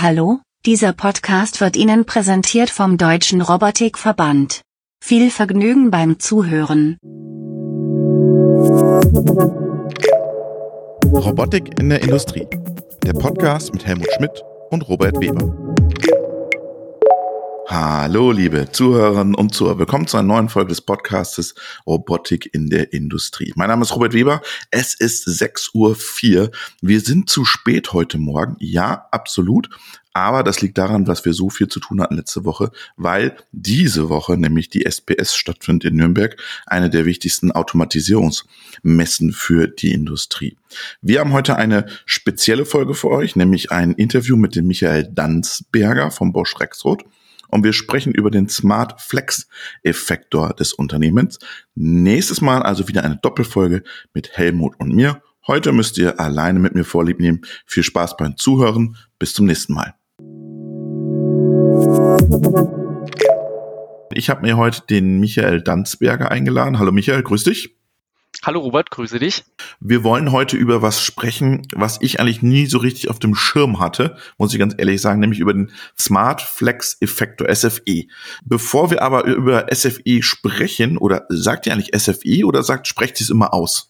Hallo, dieser Podcast wird Ihnen präsentiert vom Deutschen Robotikverband. Viel Vergnügen beim Zuhören. Robotik in der Industrie. Der Podcast mit Helmut Schmidt und Robert Weber. Hallo liebe Zuhörerinnen und Zuhörer, willkommen zu einer neuen Folge des Podcastes Robotik in der Industrie. Mein Name ist Robert Weber, es ist 6:04 Uhr. Wir sind zu spät heute Morgen, ja, absolut. Aber das liegt daran, dass wir so viel zu tun hatten letzte Woche, weil diese Woche nämlich die SPS stattfindet in Nürnberg, eine der wichtigsten Automatisierungsmessen für die Industrie. Wir haben heute eine spezielle Folge für euch, nämlich ein Interview mit dem Michael Danzberger vom Bosch Rexroth. Und wir sprechen über den Smart Flex Effektor des Unternehmens. Nächstes Mal also wieder eine Doppelfolge mit Helmut und mir. Heute müsst ihr alleine mit mir Vorlieb nehmen. Viel Spaß beim Zuhören. Bis zum nächsten Mal. Ich habe mir heute den Michael Danzberger eingeladen. Hallo Michael, grüß dich. Hallo Robert, grüße dich. Wir wollen heute über was sprechen, was ich eigentlich nie so richtig auf dem Schirm hatte, muss ich ganz ehrlich sagen, nämlich über den Smart Flex Effektor, SFE. Bevor wir aber über SFE sprechen, oder sagt ihr eigentlich SFE oder sprecht ihr es immer aus?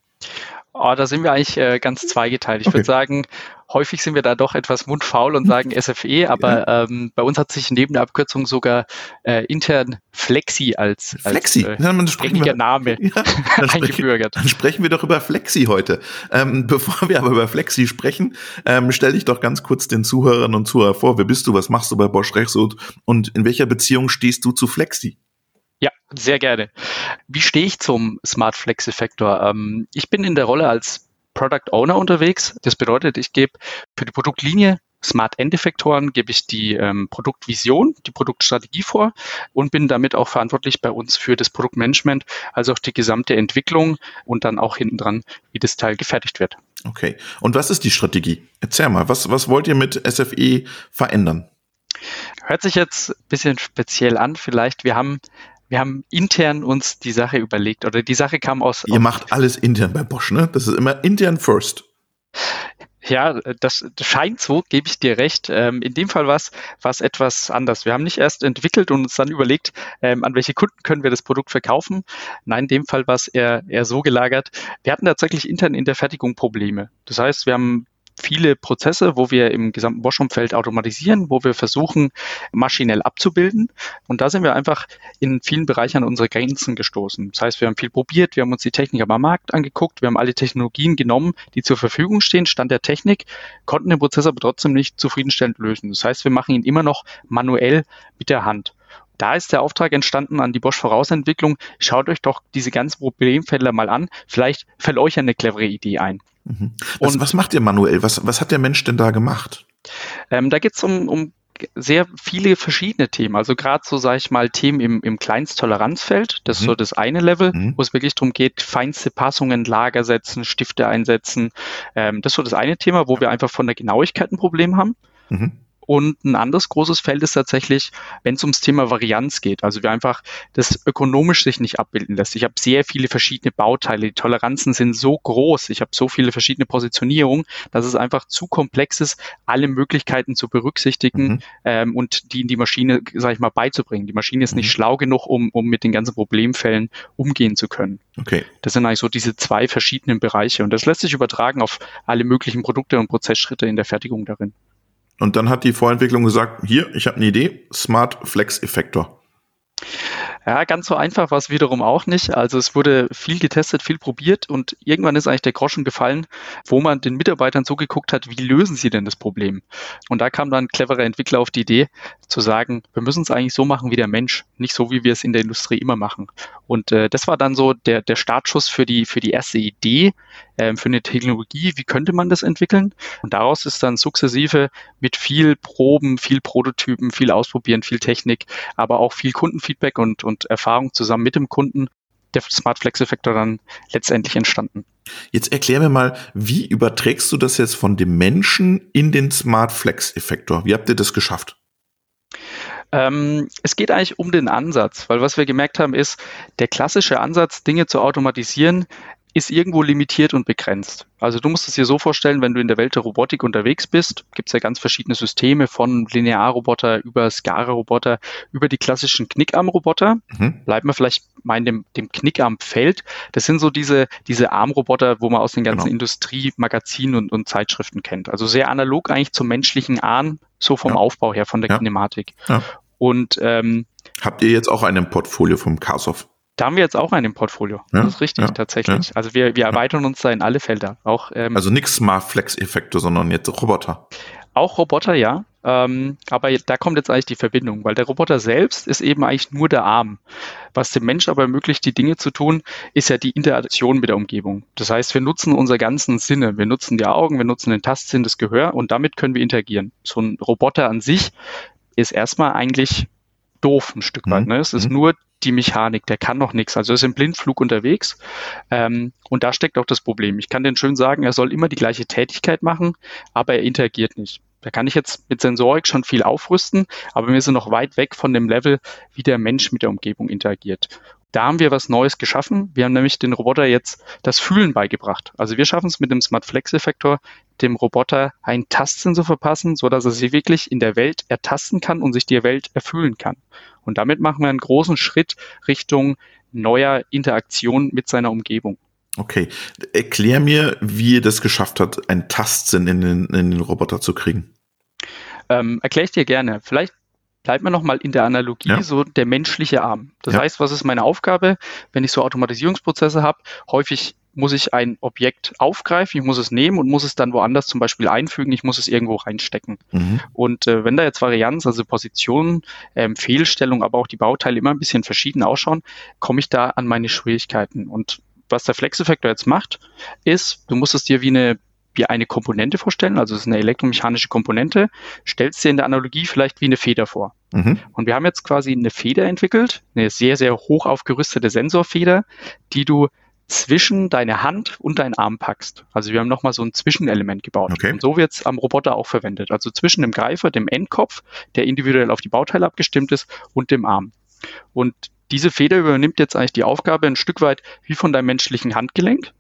Da sind wir eigentlich ganz zweigeteilt. Ich würde sagen, häufig sind wir da doch etwas mundfaul und sagen SFE, aber bei uns hat sich neben der Abkürzung sogar intern Flexi als gängiger Name eingebürgert. Dann sprechen wir doch über Flexi heute. Bevor wir aber über Flexi sprechen, stell dich doch ganz kurz den Zuhörerinnen und Zuhörern vor. Wer bist du, was machst du bei Bosch Rexroth und in welcher Beziehung stehst du zu Flexi? Ja, sehr gerne. Wie stehe ich zum Smart Flex Effektor? Ich bin in der Rolle als Product Owner unterwegs. Das bedeutet, ich gebe für die Produktlinie Smart End Effektoren gebe ich die Produktvision, die Produktstrategie vor und bin damit auch verantwortlich bei uns für das Produktmanagement, also auch die gesamte Entwicklung und dann auch hinten dran, wie das Teil gefertigt wird. Okay. Und was ist die Strategie? Erzähl mal, was wollt ihr mit SFE verändern? Hört sich jetzt ein bisschen speziell an. Vielleicht, wir haben intern uns die Sache überlegt oder die Sache kam aus... Ihr macht alles intern bei Bosch, ne? Das ist immer intern first. Ja, das scheint so, gebe ich dir recht. In dem Fall war es etwas anders. Wir haben nicht erst entwickelt und uns dann überlegt, an welche Kunden können wir das Produkt verkaufen. Nein, in dem Fall war es eher so gelagert. Wir hatten tatsächlich intern in der Fertigung Probleme. Das heißt, wir haben viele Prozesse, wo wir im gesamten Bosch-Umfeld automatisieren, wo wir versuchen, maschinell abzubilden. Und da sind wir einfach in vielen Bereichen an unsere Grenzen gestoßen. Das heißt, wir haben viel probiert, wir haben uns die Technik am Markt angeguckt, wir haben alle Technologien genommen, die zur Verfügung stehen, Stand der Technik, konnten den Prozess aber trotzdem nicht zufriedenstellend lösen. Das heißt, wir machen ihn immer noch manuell mit der Hand. Da ist der Auftrag entstanden an die Bosch Vorausentwicklung, schaut euch doch diese ganzen Problemfelder mal an, vielleicht fällt euch eine clevere Idee ein. Mhm. Was macht ihr manuell? Was hat der Mensch denn da gemacht? Da geht es um sehr viele verschiedene Themen. Also gerade so, sage ich mal, Themen im Kleinsttoleranzfeld. Das ist so das eine Level, wo es wirklich darum geht, feinste Passungen, Lager setzen, Stifte einsetzen. Das ist so das eine Thema, wo wir einfach von der Genauigkeit ein Problem haben. Und ein anderes großes Feld ist tatsächlich, wenn es ums Thema Varianz geht, also wie einfach das ökonomisch sich nicht abbilden lässt. Ich habe sehr viele verschiedene Bauteile, die Toleranzen sind so groß, ich habe so viele verschiedene Positionierungen, dass es einfach zu komplex ist, alle Möglichkeiten zu berücksichtigen und die in die Maschine, sage ich mal, beizubringen. Die Maschine ist nicht schlau genug, um mit den ganzen Problemfällen umgehen zu können. Okay. Das sind eigentlich so diese zwei verschiedenen Bereiche und das lässt sich übertragen auf alle möglichen Produkte und Prozessschritte in der Fertigung darin. Und dann hat die Vorentwicklung gesagt, hier, ich habe eine Idee, Smart Flex Effektor. Ja, ganz so einfach war es wiederum auch nicht. Also es wurde viel getestet, viel probiert und irgendwann ist eigentlich der Groschen gefallen, wo man den Mitarbeitern so geguckt hat, wie lösen sie denn das Problem? Und da kam dann ein cleverer Entwickler auf die Idee, zu sagen, wir müssen es eigentlich so machen wie der Mensch, nicht so, wie wir es in der Industrie immer machen. Und das war dann so der Startschuss für die erste Idee, für eine Technologie, wie könnte man das entwickeln? Und daraus ist dann sukzessive mit viel Proben, viel Prototypen, viel Ausprobieren, viel Technik, aber auch viel Kundenfeedback und Erfahrung zusammen mit dem Kunden der Smart Flex Effektor dann letztendlich entstanden. Jetzt erklär mir mal, wie überträgst du das jetzt von dem Menschen in den Smart Flex Effektor? Wie habt ihr das geschafft? Es geht eigentlich um den Ansatz, weil was wir gemerkt haben ist, der klassische Ansatz, Dinge zu automatisieren, ist irgendwo limitiert und begrenzt. Also du musst es dir so vorstellen, wenn du in der Welt der Robotik unterwegs bist, gibt es ja ganz verschiedene Systeme von Linearroboter über SCARA-Roboter, über die klassischen Knickarm-Roboter. Bleiben wir vielleicht mal in dem Knickarm-Feld. Das sind so diese Armroboter, wo man aus den ganzen Industriemagazinen und Zeitschriften kennt. Also sehr analog eigentlich zum menschlichen Arm, so vom Aufbau her, von der Kinematik. Ja. Und habt ihr jetzt auch einen Portfolio vom Karsoff? Da haben wir jetzt auch einen im Portfolio. Ja, das ist richtig, tatsächlich. Ja. Also wir erweitern uns da in alle Felder. Auch, also nix Smart Flex-Effekte, sondern jetzt Roboter. Auch Roboter, ja. Aber da kommt jetzt eigentlich die Verbindung, weil der Roboter selbst ist eben eigentlich nur der Arm. Was dem Mensch aber ermöglicht, die Dinge zu tun, ist ja die Interaktion mit der Umgebung. Das heißt, wir nutzen unsere ganzen Sinne. Wir nutzen die Augen, wir nutzen den Tastsinn, das Gehör und damit können wir interagieren. So ein Roboter an sich ist erstmal eigentlich doof ein Stück weit. Ne? Es ist nur die Mechanik, der kann noch nichts. Also er ist im Blindflug unterwegs und da steckt auch das Problem. Ich kann den schön sagen, er soll immer die gleiche Tätigkeit machen, aber er interagiert nicht. Da kann ich jetzt mit Sensorik schon viel aufrüsten, aber wir sind noch weit weg von dem Level, wie der Mensch mit der Umgebung interagiert. Da haben wir was Neues geschaffen. Wir haben nämlich den Roboter jetzt das Fühlen beigebracht. Also wir schaffen es mit dem Smart Flex Effektor, dem Roboter einen Tastsinn zu verpassen, sodass er sich wirklich in der Welt ertasten kann und sich die Welt erfühlen kann. Und damit machen wir einen großen Schritt Richtung neuer Interaktion mit seiner Umgebung. Okay, erklär mir, wie ihr das geschafft habt, einen Tastsinn in den Roboter zu kriegen. Erkläre ich dir gerne. Vielleicht bleibt man nochmal in der Analogie, so der menschliche Arm. Das heißt, was ist meine Aufgabe, wenn ich so Automatisierungsprozesse habe? Häufig muss ich ein Objekt aufgreifen, ich muss es nehmen und muss es dann woanders zum Beispiel einfügen, ich muss es irgendwo reinstecken. Und wenn da jetzt Varianz, also Positionen, Fehlstellung, aber auch die Bauteile immer ein bisschen verschieden ausschauen, komme ich da an meine Schwierigkeiten. Und was der Flex Effektor jetzt macht, ist, du musst es dir wie eine Komponente vorstellen, also es ist eine elektromechanische Komponente, stellst dir in der Analogie vielleicht wie eine Feder vor. Und wir haben jetzt quasi eine Feder entwickelt, eine sehr, sehr hoch aufgerüstete Sensorfeder, die du zwischen deine Hand und deinen Arm packst. Also wir haben nochmal so ein Zwischenelement gebaut. Okay. Und so wird es am Roboter auch verwendet. Also zwischen dem Greifer, dem Endkopf, der individuell auf die Bauteile abgestimmt ist, und dem Arm. Und diese Feder übernimmt jetzt eigentlich die Aufgabe ein Stück weit wie von deinem menschlichen Handgelenk.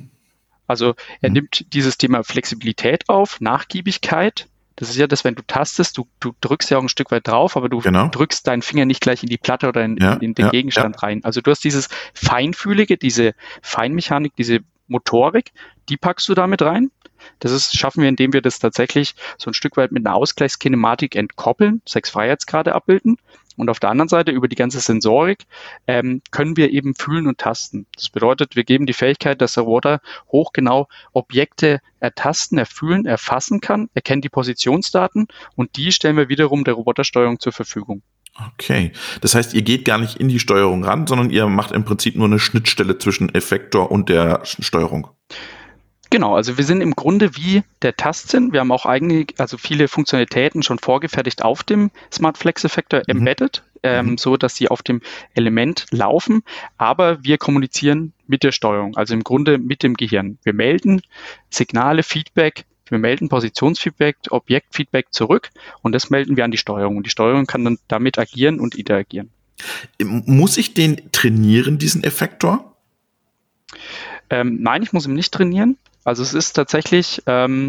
Also er nimmt dieses Thema Flexibilität auf, Nachgiebigkeit. Das ist ja das, wenn du tastest, du drückst ja auch ein Stück weit drauf, aber du drückst deinen Finger nicht gleich in die Platte oder in den Gegenstand rein. Also du hast dieses Feinfühlige, diese Feinmechanik, diese Motorik, die packst du damit rein. Schaffen wir, indem wir das tatsächlich so ein Stück weit mit einer Ausgleichskinematik entkoppeln, 6 Freiheitsgrade abbilden. Und auf der anderen Seite, über die ganze Sensorik, können wir eben fühlen und tasten. Das bedeutet, wir geben die Fähigkeit, dass der Roboter hochgenau Objekte ertasten, erfühlen, erfassen kann, erkennt die Positionsdaten und die stellen wir wiederum der Robotersteuerung zur Verfügung. Okay, das heißt, ihr geht gar nicht in die Steuerung ran, sondern ihr macht im Prinzip nur eine Schnittstelle zwischen Effektor und der Steuerung. Genau, also wir sind im Grunde wie der Tastsinn. Wir haben auch viele Funktionalitäten schon vorgefertigt auf dem Smart Flex Effektor embedded, so dass sie auf dem Element laufen. Aber wir kommunizieren mit der Steuerung, also im Grunde mit dem Gehirn. Wir melden Signale, Feedback, wir melden Positionsfeedback, Objektfeedback zurück und das melden wir an die Steuerung. Und die Steuerung kann dann damit agieren und interagieren. Muss ich den trainieren, diesen Effektor? Nein, ich muss ihn nicht trainieren. Also es ist tatsächlich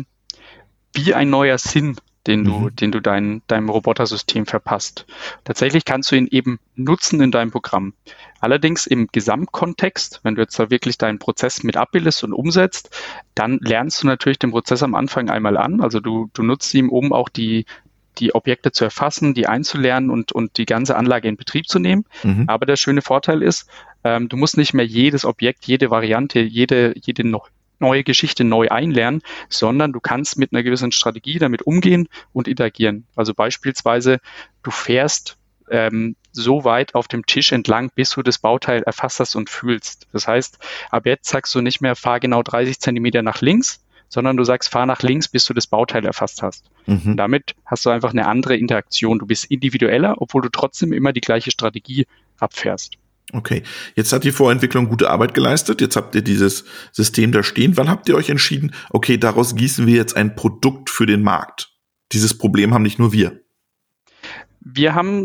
wie ein neuer Sinn, den du deinem Robotersystem verpasst. Tatsächlich kannst du ihn eben nutzen in deinem Programm. Allerdings im Gesamtkontext, wenn du jetzt da wirklich deinen Prozess mit abbildest und umsetzt, dann lernst du natürlich den Prozess am Anfang einmal an. Also du nutzt ihn, um auch die Objekte zu erfassen, die einzulernen und die ganze Anlage in Betrieb zu nehmen. Aber der schöne Vorteil ist, du musst nicht mehr jedes Objekt, jede Variante, jede neue Geschichte neu einlernen, sondern du kannst mit einer gewissen Strategie damit umgehen und interagieren. Also beispielsweise, du fährst so weit auf dem Tisch entlang, bis du das Bauteil erfasst hast und fühlst. Das heißt, ab jetzt sagst du nicht mehr, fahr genau 30 Zentimeter nach links, sondern du sagst, fahr nach links, bis du das Bauteil erfasst hast. Und damit hast du einfach eine andere Interaktion. Du bist individueller, obwohl du trotzdem immer die gleiche Strategie abfährst. Okay, jetzt hat die Vorentwicklung gute Arbeit geleistet. Jetzt habt ihr dieses System da stehen. Wann habt ihr euch entschieden, okay, daraus gießen wir jetzt ein Produkt für den Markt? Dieses Problem haben nicht nur wir. Wir haben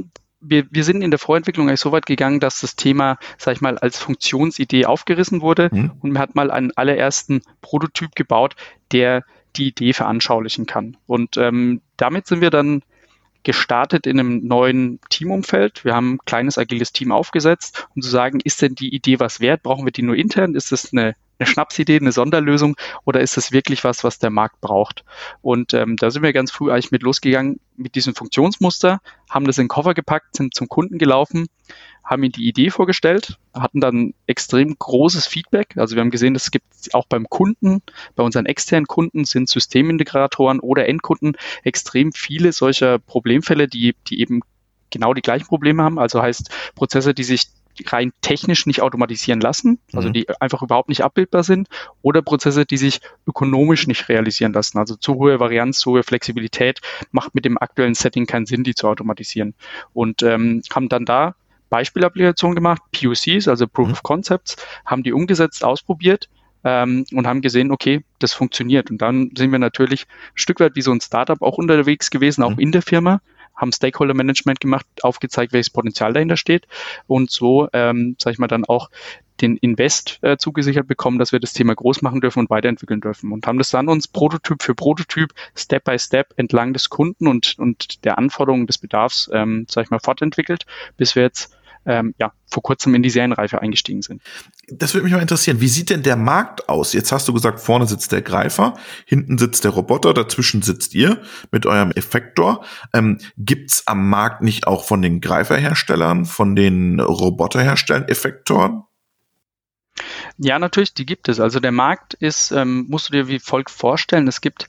wir sind in der Vorentwicklung eigentlich so weit gegangen, dass das Thema, sag ich mal, als Funktionsidee aufgerissen wurde und man hat mal einen allerersten Prototyp gebaut, der die Idee veranschaulichen kann. Und damit sind wir dann gestartet in einem neuen Teamumfeld. Wir haben ein kleines, agiles Team aufgesetzt, um zu sagen, ist denn die Idee was wert? Brauchen wir die nur intern? Ist das eine Schnapsidee, eine Sonderlösung oder ist das wirklich was der Markt braucht? Und da sind wir ganz früh eigentlich mit losgegangen mit diesem Funktionsmuster, haben das in den Koffer gepackt, sind zum Kunden gelaufen, haben ihm die Idee vorgestellt, hatten dann extrem großes Feedback. Also wir haben gesehen, es gibt auch beim Kunden, bei unseren externen Kunden sind Systemintegratoren oder Endkunden extrem viele solcher Problemfälle, die eben genau die gleichen Probleme haben. Also heißt Prozesse, die sich rein technisch nicht automatisieren lassen, also die einfach überhaupt nicht abbildbar sind, oder Prozesse, die sich ökonomisch nicht realisieren lassen. Also zu hohe Varianz, zu hohe Flexibilität macht mit dem aktuellen Setting keinen Sinn, die zu automatisieren. Und haben dann da Beispielapplikationen gemacht, POCs, also Proof of Concepts, haben die umgesetzt, ausprobiert und haben gesehen, okay, das funktioniert. Und dann sind wir natürlich ein Stück weit wie so ein Startup auch unterwegs gewesen, auch in der Firma, haben Stakeholder-Management gemacht, aufgezeigt, welches Potenzial dahinter steht und so, sag ich mal, dann auch den Invest zugesichert bekommen, dass wir das Thema groß machen dürfen und weiterentwickeln dürfen und haben das dann uns Prototyp für Prototyp, Step by Step entlang des Kunden und der Anforderungen des Bedarfs, sag ich mal, fortentwickelt, bis wir jetzt vor kurzem in die Serienreife eingestiegen sind. Das würde mich mal interessieren. Wie sieht denn der Markt aus? Jetzt hast du gesagt, vorne sitzt der Greifer, hinten sitzt der Roboter, dazwischen sitzt ihr mit eurem Effektor. Gibt's am Markt nicht auch von den Greiferherstellern, von den Roboterherstellern Effektoren? Ja, natürlich, die gibt es. Also der Markt ist, musst du dir wie folgt vorstellen, es gibt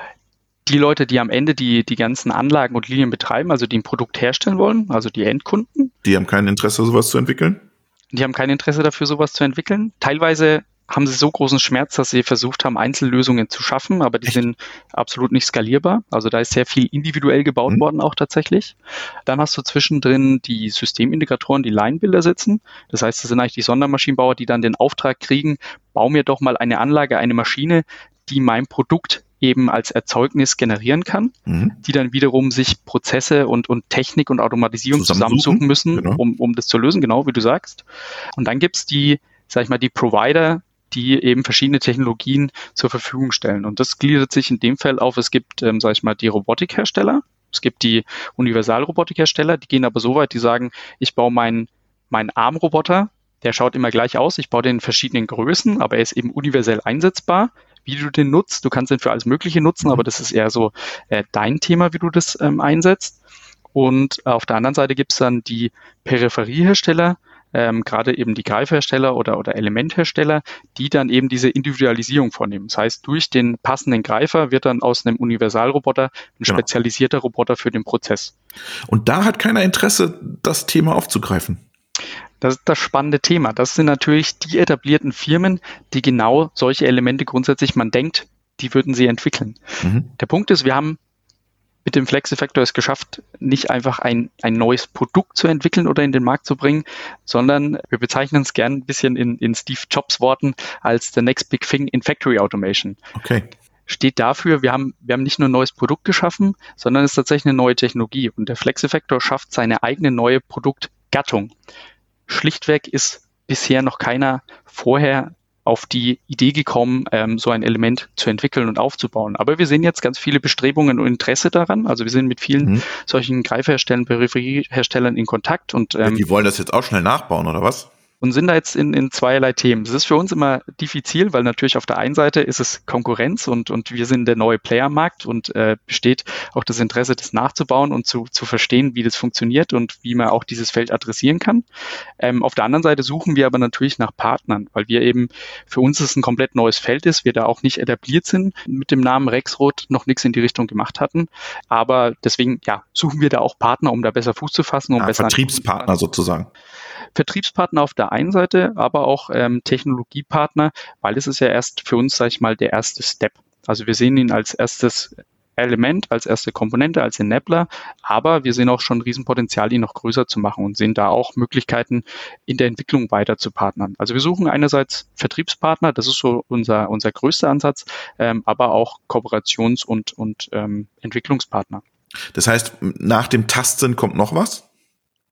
die Leute, die am Ende die ganzen Anlagen und Linien betreiben, also die ein Produkt herstellen wollen, also die Endkunden. Die haben kein Interesse, sowas zu entwickeln? Die haben kein Interesse dafür, sowas zu entwickeln. Teilweise haben sie so großen Schmerz, dass sie versucht haben, Einzellösungen zu schaffen, aber die sind absolut nicht skalierbar. Also da ist sehr viel individuell gebaut worden auch tatsächlich. Dann hast du zwischendrin die Systemintegratoren, die Line-Builder sitzen. Das heißt, das sind eigentlich die Sondermaschinenbauer, die dann den Auftrag kriegen, bau mir doch mal eine Anlage, eine Maschine, die mein Produkt eben als Erzeugnis generieren kann, die dann wiederum sich Prozesse und Technik und Automatisierung zusammensuchen müssen, genau, um das zu lösen, genau wie du sagst. Und dann gibt's die, sag ich mal, die Provider, die eben verschiedene Technologien zur Verfügung stellen. Und das gliedert sich in dem Fall auf, es gibt, sag ich mal, die Robotikhersteller, es gibt die Universalrobotikhersteller, die gehen aber so weit, die sagen, ich baue meinen Armroboter, der schaut immer gleich aus, ich baue den in verschiedenen Größen, aber er ist eben universell einsetzbar. Wie du den nutzt, du kannst den für alles Mögliche nutzen, aber das ist eher so dein Thema, wie du das einsetzt. Und auf der anderen Seite gibt es dann die Peripheriehersteller, gerade eben die Greiferhersteller oder Elementhersteller, die dann eben diese Individualisierung vornehmen. Das heißt, durch den passenden Greifer wird dann aus einem Universalroboter ein spezialisierter Roboter für den Prozess. Und da hat keiner Interesse, das Thema aufzugreifen. Das ist das spannende Thema. Das sind natürlich die etablierten Firmen, die genau solche Elemente grundsätzlich, man denkt, die würden sie entwickeln. Der Punkt ist, wir haben mit dem Flex Effector es geschafft, nicht einfach ein neues Produkt zu entwickeln oder in den Markt zu bringen, sondern wir bezeichnen es gern ein bisschen in Steve Jobs Worten als the next big thing in Factory Automation. Okay. Steht dafür, wir haben nicht nur ein neues Produkt geschaffen, sondern es ist tatsächlich eine neue Technologie. Und der Flex Effector schafft seine eigene neue Produktgattung. Schlichtweg ist bisher noch keiner vorher auf die Idee gekommen, so ein Element zu entwickeln und aufzubauen. Aber wir sehen jetzt ganz viele Bestrebungen und Interesse daran. Also wir sind mit vielen solchen Greiferherstellern, Peripherieherstellern in Kontakt. Und die wollen das jetzt auch schnell nachbauen, oder was? Und sind da jetzt in zweierlei Themen. Das ist für uns immer diffizil, weil natürlich auf der einen Seite ist es Konkurrenz und wir sind der neue Player am Markt und besteht auch das Interesse, das nachzubauen und zu verstehen, wie das funktioniert und wie man auch dieses Feld adressieren kann. Auf der anderen Seite suchen wir aber natürlich nach Partnern, weil wir eben, für uns es ein komplett neues Feld ist, wir da auch nicht etabliert sind, mit dem Namen Rexroth noch nichts in die Richtung gemacht hatten. Aber deswegen, suchen wir da auch Partner, um da besser Fuß zu fassen. Besser Vertriebspartner sozusagen. Vertriebspartner auf der einen Seite, aber auch Technologiepartner, weil es ist ja erst für uns, sage ich mal, der erste Step. Also wir sehen ihn als erstes Element, als erste Komponente, als Enabler, aber wir sehen auch schon Riesenpotenzial, ihn noch größer zu machen und sehen da auch Möglichkeiten, in der Entwicklung weiter zu partnern. Also wir suchen einerseits Vertriebspartner, das ist so unser größter Ansatz, aber auch Kooperations- und Entwicklungspartner. Das heißt, nach dem Tasten kommt noch was?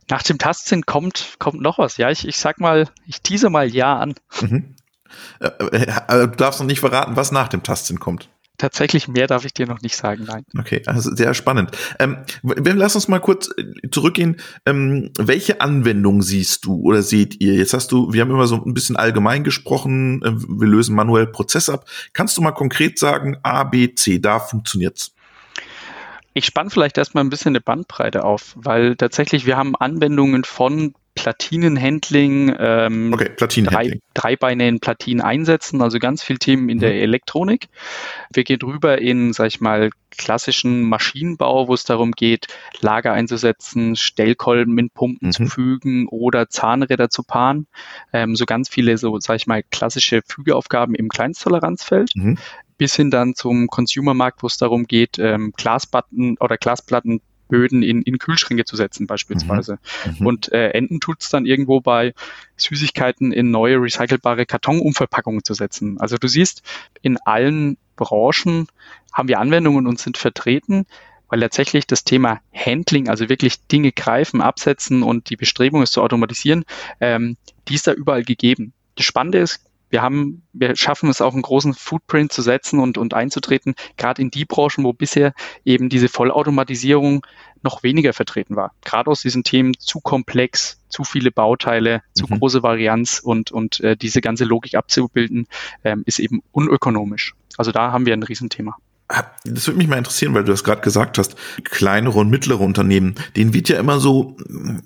Nach dem Tastsinn kommt noch was. Ja, ich sag mal, ich tease mal ja an. Du darfst noch nicht verraten, was nach dem Tastsinn kommt. Tatsächlich mehr darf ich dir noch nicht sagen, nein. Okay, also sehr spannend. Lass uns mal kurz zurückgehen. Welche Anwendung siehst du oder seht ihr? Jetzt wir haben immer so ein bisschen allgemein gesprochen, wir lösen manuell Prozess ab. Kannst du mal konkret sagen, A, B, C, da funktioniert's? Ich spanne vielleicht erstmal ein bisschen eine Bandbreite auf, weil tatsächlich wir haben Anwendungen von Platinenhandling, Dreibeine in Platinen einsetzen, also ganz viel Themen in der Elektronik. Wir gehen rüber in, sag ich mal, klassischen Maschinenbau, wo es darum geht, Lager einzusetzen, Stellkolben in Pumpen zu fügen oder Zahnräder zu paaren. So ganz viele, so sag ich mal, klassische Fügeaufgaben im Kleinsttoleranzfeld. Bis hin dann zum Consumermarkt, wo es darum geht, Glasplatten in Kühlschränke zu setzen beispielsweise. Und enden tut es dann irgendwo bei Süßigkeiten in neue recycelbare Kartonumverpackungen zu setzen. Also du siehst, in allen Branchen haben wir Anwendungen und sind vertreten, weil tatsächlich das Thema Handling, also wirklich Dinge greifen, absetzen und die Bestrebung, es zu automatisieren, die ist da überall gegeben. Das Spannende ist, wir schaffen es auch, einen großen Footprint zu setzen und einzutreten, gerade in die Branchen, wo bisher eben diese Vollautomatisierung noch weniger vertreten war. Gerade aus diesen Themen zu komplex, zu viele Bauteile, zu große Varianz und diese ganze Logik abzubilden, ist eben unökonomisch. Also da haben wir ein Riesenthema. Das würde mich mal interessieren, weil du das gerade gesagt hast, kleinere und mittlere Unternehmen, denen wird ja immer so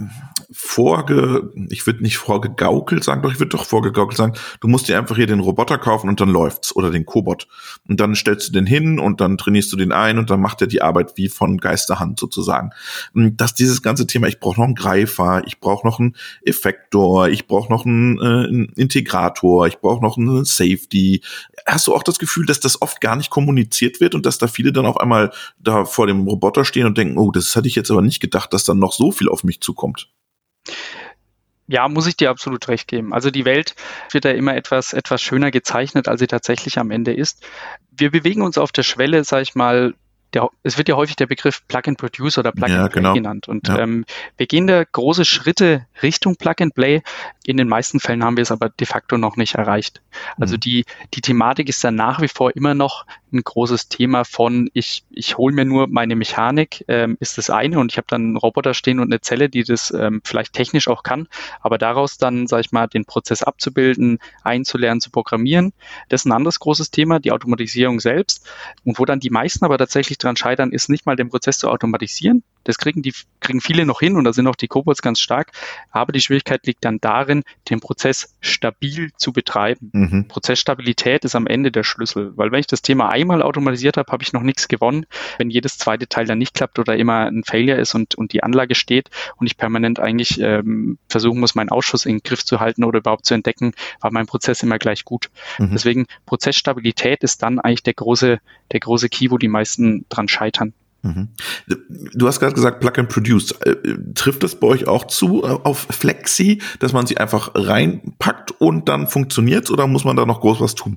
ich würde nicht vorgegaukelt sagen, doch ich würde doch vorgegaukelt sagen, du musst dir einfach hier den Roboter kaufen und dann läuft's oder den Cobot. Und dann stellst du den hin und dann trainierst du den ein und dann macht er die Arbeit wie von Geisterhand sozusagen. Dass dieses ganze Thema, ich brauche noch einen Greifer, ich brauche noch einen Effektor, ich brauche noch einen Integrator, ich brauche noch einen Safety. Hast du auch das Gefühl, dass das oft gar nicht kommuniziert wird und dass da viele dann auf einmal da vor dem Roboter stehen und denken, oh, das hatte ich jetzt aber nicht gedacht, dass dann noch so viel auf mich zukommt? Ja, muss ich dir absolut recht geben. Also die Welt wird da immer etwas schöner gezeichnet, als sie tatsächlich am Ende ist. Wir bewegen uns auf der Schwelle, sag ich mal, es wird ja häufig der Begriff Plug and Produce oder Plug and Play genannt. Und wir gehen da große Schritte Richtung Plug and Play. In den meisten Fällen haben wir es aber de facto noch nicht erreicht. Also die Thematik ist dann nach wie vor immer noch ein großes Thema von, ich hole mir nur meine Mechanik, ist das eine, und ich habe dann einen Roboter stehen und eine Zelle, die das vielleicht technisch auch kann, aber daraus dann, sage ich mal, den Prozess abzubilden, einzulernen, zu programmieren, das ist ein anderes großes Thema, die Automatisierung selbst. Und wo dann die meisten aber tatsächlich dran scheitern, ist nicht mal den Prozess zu automatisieren. Das kriegen viele noch hin und da sind auch die Cobots ganz stark. Aber die Schwierigkeit liegt dann darin, den Prozess stabil zu betreiben. Prozessstabilität ist am Ende der Schlüssel, weil wenn ich das Thema einmal automatisiert habe, habe ich noch nichts gewonnen. Wenn jedes zweite Teil dann nicht klappt oder immer ein Failure ist und die Anlage steht und ich permanent eigentlich versuchen muss, meinen Ausschuss in den Griff zu halten oder überhaupt zu entdecken, war mein Prozess immer gleich gut. Deswegen Prozessstabilität ist dann eigentlich der große Key, wo die meisten dran scheitern. Du hast gerade gesagt, Plug and Produce. Trifft das bei euch auch zu auf Flexi, dass man sie einfach reinpackt und dann funktioniert's, oder muss man da noch groß was tun?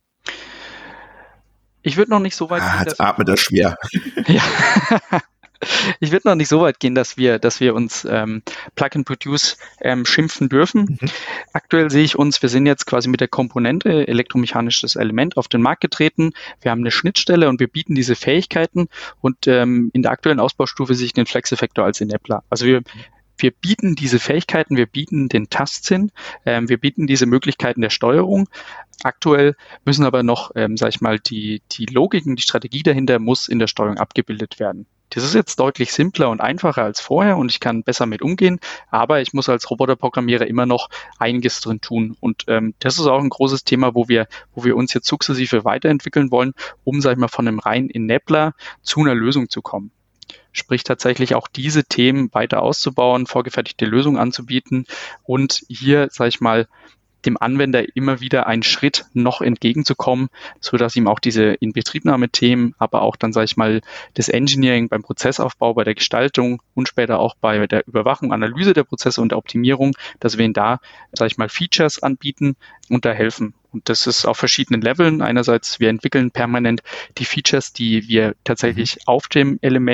Ich würde noch nicht so weit gehen. Jetzt atmet er schwer. Ja. Ich würde noch nicht so weit gehen, dass wir uns Plug and Produce schimpfen dürfen. Aktuell sehe ich uns, wir sind jetzt quasi mit der Komponente elektromechanisches Element auf den Markt getreten. Wir haben eine Schnittstelle und wir bieten diese Fähigkeiten und in der aktuellen Ausbaustufe sehe ich den Flex-Effektor als Enabler. Also wir bieten diese Fähigkeiten, wir bieten den Tastsinn, wir bieten diese Möglichkeiten der Steuerung. Aktuell müssen aber noch, sag ich mal, die Logiken, die Strategie dahinter muss in der Steuerung abgebildet werden. Das ist jetzt deutlich simpler und einfacher als vorher und ich kann besser mit umgehen, aber ich muss als Roboterprogrammierer immer noch einiges drin tun. Und das ist auch ein großes Thema, wo wir uns jetzt sukzessive weiterentwickeln wollen, um, sag ich mal, von einem reinen Enabler zu einer Lösung zu kommen. Sprich tatsächlich auch diese Themen weiter auszubauen, vorgefertigte Lösungen anzubieten und hier, sag ich mal, dem Anwender immer wieder einen Schritt noch entgegenzukommen, so dass ihm auch diese Inbetriebnahme-Themen, aber auch dann, sage ich mal, das Engineering beim Prozessaufbau, bei der Gestaltung und später auch bei der Überwachung, Analyse der Prozesse und der Optimierung, dass wir ihnen da, sage ich mal, Features anbieten und da helfen. Und das ist auf verschiedenen Leveln. Einerseits, wir entwickeln permanent die Features, die wir tatsächlich auf dem Element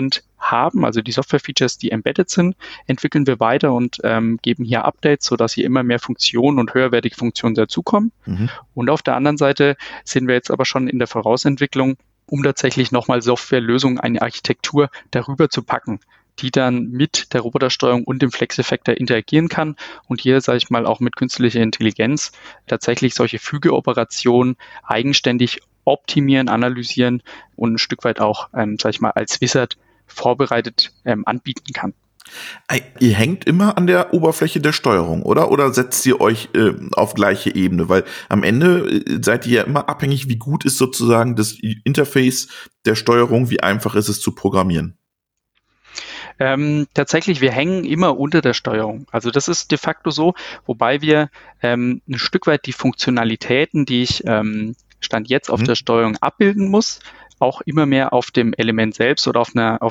haben, also die Software-Features, die embedded sind, entwickeln wir weiter und geben hier Updates, sodass hier immer mehr Funktionen und höherwertige Funktionen dazukommen. Und auf der anderen Seite sind wir jetzt aber schon in der Vorausentwicklung, um tatsächlich nochmal Softwarelösungen, eine Architektur darüber zu packen, die dann mit der Robotersteuerung und dem Flex-Effektor interagieren kann und hier, sage ich mal, auch mit künstlicher Intelligenz tatsächlich solche Fügeoperationen eigenständig optimieren, analysieren und ein Stück weit auch, sage ich mal, als Wizard vorbereitet anbieten kann. Ihr hängt immer an der Oberfläche der Steuerung, oder? Oder setzt ihr euch auf gleiche Ebene? Weil am Ende seid ihr ja immer abhängig, wie gut ist sozusagen das Interface der Steuerung, wie einfach ist es zu programmieren? Tatsächlich, wir hängen immer unter der Steuerung. Also das ist de facto so, wobei wir ein Stück weit die Funktionalitäten, die ich Stand jetzt auf der Steuerung abbilden muss, auch immer mehr auf dem Element selbst oder auf einer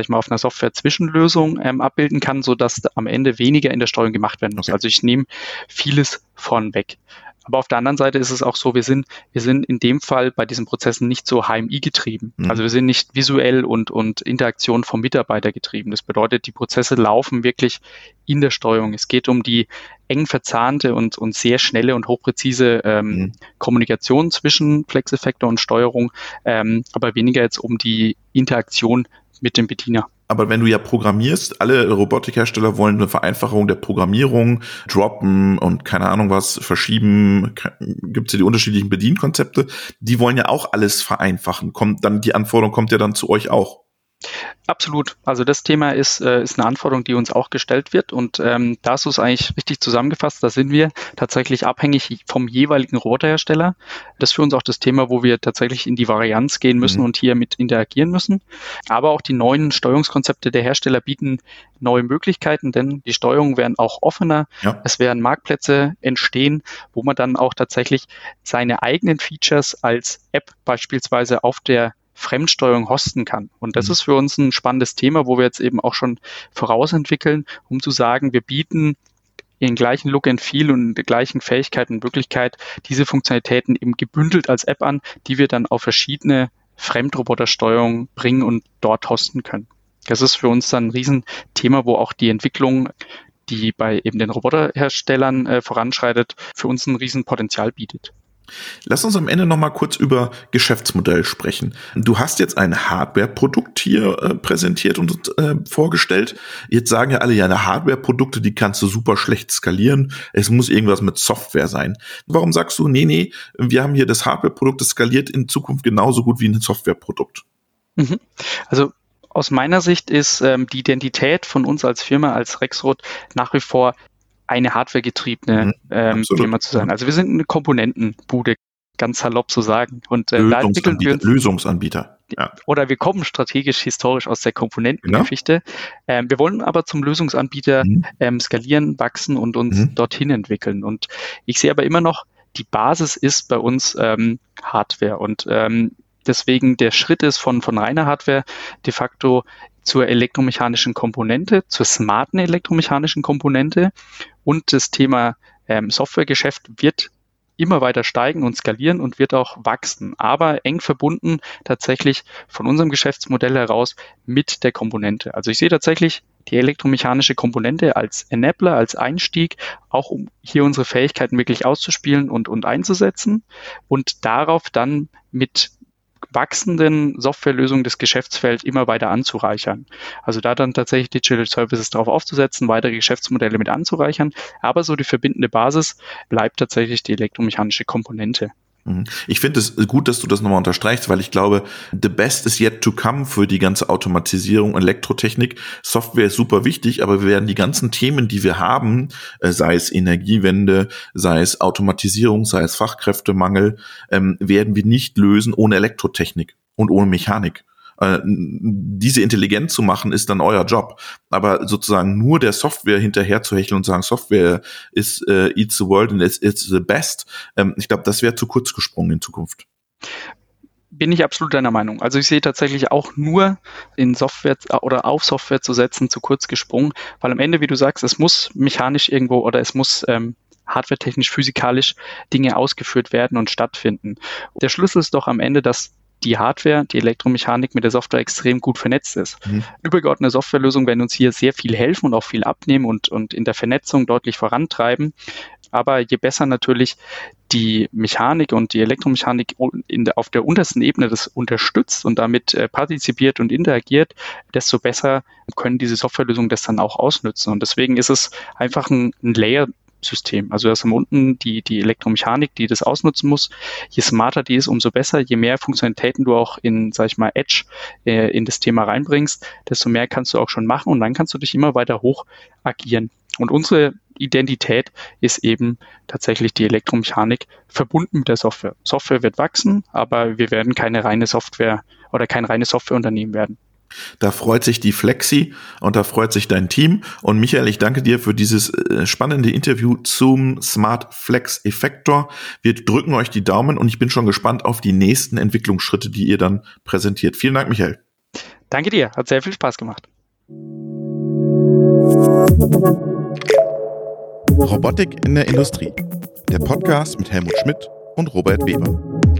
Software-Zwischenlösung abbilden kann, sodass am Ende weniger in der Steuerung gemacht werden muss. Okay. Also ich nehme vieles von weg. Aber auf der anderen Seite ist es auch so, wir sind in dem Fall bei diesen Prozessen nicht so HMI getrieben. Also wir sind nicht visuell und Interaktion vom Mitarbeiter getrieben. Das bedeutet, die Prozesse laufen wirklich in der Steuerung. Es geht um die eng verzahnte und sehr schnelle und hochpräzise Kommunikation zwischen Flex-Effektor und Steuerung, aber weniger jetzt um die Interaktion mit dem Bediener. Aber wenn du ja programmierst, alle Robotikhersteller wollen eine Vereinfachung der Programmierung, droppen und keine Ahnung was, verschieben, gibt es ja die unterschiedlichen Bedienkonzepte, die wollen ja auch alles vereinfachen. Die Anforderung kommt ja dann zu euch auch. Absolut. Also das Thema ist eine Anforderung, die uns auch gestellt wird und da hast du es eigentlich richtig zusammengefasst. Da sind wir tatsächlich abhängig vom jeweiligen Roboterhersteller. Das ist für uns auch das Thema, wo wir tatsächlich in die Varianz gehen müssen und hier mit interagieren müssen. Aber auch die neuen Steuerungskonzepte der Hersteller bieten neue Möglichkeiten, denn die Steuerungen werden auch offener. Ja. Es werden Marktplätze entstehen, wo man dann auch tatsächlich seine eigenen Features als App beispielsweise auf der Fremdsteuerung hosten kann. Und das ist für uns ein spannendes Thema, wo wir jetzt eben auch schon vorausentwickeln, um zu sagen, wir bieten den gleichen Look and Feel und die gleichen Fähigkeiten und Möglichkeit, diese Funktionalitäten eben gebündelt als App an, die wir dann auf verschiedene Fremdrobotersteuerungen bringen und dort hosten können. Das ist für uns dann ein Riesenthema, wo auch die Entwicklung, die bei eben den Roboterherstellern voranschreitet, für uns ein Riesenpotenzial bietet. Lass uns am Ende noch mal kurz über Geschäftsmodell sprechen. Du hast jetzt ein Hardware-Produkt hier präsentiert und vorgestellt. Jetzt sagen ja alle, ja, eine Hardware-Produkte, die kannst du super schlecht skalieren. Es muss irgendwas mit Software sein. Warum sagst du, nee, wir haben hier das Hardware-Produkt, das skaliert in Zukunft genauso gut wie ein Software-Produkt? Also aus meiner Sicht ist die Identität von uns als Firma, als Rexroth, nach wie vor eine hardwaregetriebene Firma zu sein. Also wir sind eine Komponentenbude, ganz salopp zu sagen. Und da entwickeln wir uns Lösungsanbieter. Ja. Oder wir kommen strategisch, historisch aus der Komponentengeschichte. Genau. Wir wollen aber zum Lösungsanbieter skalieren, wachsen und uns dorthin entwickeln. Und ich sehe aber immer noch, die Basis ist bei uns Hardware. Und deswegen der Schritt ist von reiner Hardware de facto zur elektromechanischen Komponente, zur smarten elektromechanischen Komponente, und das Thema Softwaregeschäft wird immer weiter steigen und skalieren und wird auch wachsen, aber eng verbunden tatsächlich von unserem Geschäftsmodell heraus mit der Komponente. Also ich sehe tatsächlich die elektromechanische Komponente als Enabler, als Einstieg, auch um hier unsere Fähigkeiten wirklich auszuspielen und einzusetzen und darauf dann mit wachsenden Softwarelösungen des Geschäftsfelds immer weiter anzureichern. Also da dann tatsächlich Digital Services drauf aufzusetzen, weitere Geschäftsmodelle mit anzureichern. Aber so die verbindende Basis bleibt tatsächlich die elektromechanische Komponente. Ich finde es gut, dass du das nochmal unterstreichst, weil ich glaube, the best is yet to come für die ganze Automatisierung und Elektrotechnik. Software ist super wichtig, aber wir werden die ganzen Themen, die wir haben, sei es Energiewende, sei es Automatisierung, sei es Fachkräftemangel, werden wir nicht lösen ohne Elektrotechnik und ohne Mechanik. Diese intelligent zu machen, ist dann euer Job. Aber sozusagen nur der Software hinterher zu hecheln und sagen, Software is eats the world and it's the best, ich glaube, das wäre zu kurz gesprungen in Zukunft. Bin ich absolut deiner Meinung. Also ich sehe tatsächlich auch nur in Software oder auf Software zu setzen zu kurz gesprungen, weil am Ende, wie du sagst, es muss mechanisch irgendwo oder es muss hardwaretechnisch, physikalisch Dinge ausgeführt werden und stattfinden. Der Schlüssel ist doch am Ende, dass die Hardware, die Elektromechanik mit der Software extrem gut vernetzt ist. Übergeordnete Softwarelösungen werden uns hier sehr viel helfen und auch viel abnehmen und in der Vernetzung deutlich vorantreiben. Aber je besser natürlich die Mechanik und die Elektromechanik auf der untersten Ebene das unterstützt und damit partizipiert und interagiert, desto besser können diese Softwarelösungen das dann auch ausnutzen. Und deswegen ist es einfach ein Layer-System. Also das unten die Elektromechanik, die das ausnutzen muss. Je smarter die ist, umso besser. Je mehr Funktionalitäten du auch in, sag ich mal, Edge in das Thema reinbringst, desto mehr kannst du auch schon machen und dann kannst du dich immer weiter hoch agieren. Und unsere Identität ist eben tatsächlich die Elektromechanik verbunden mit der Software. Software wird wachsen, aber wir werden keine reine Software oder kein reines Softwareunternehmen werden. Da freut sich die Flexi und da freut sich dein Team. Und Michael, ich danke dir für dieses spannende Interview zum Smart Flex Effector. Wir drücken euch die Daumen und ich bin schon gespannt auf die nächsten Entwicklungsschritte, die ihr dann präsentiert. Vielen Dank, Michael. Danke dir, hat sehr viel Spaß gemacht. Robotik in der Industrie. Der Podcast mit Helmut Schmidt und Robert Weber.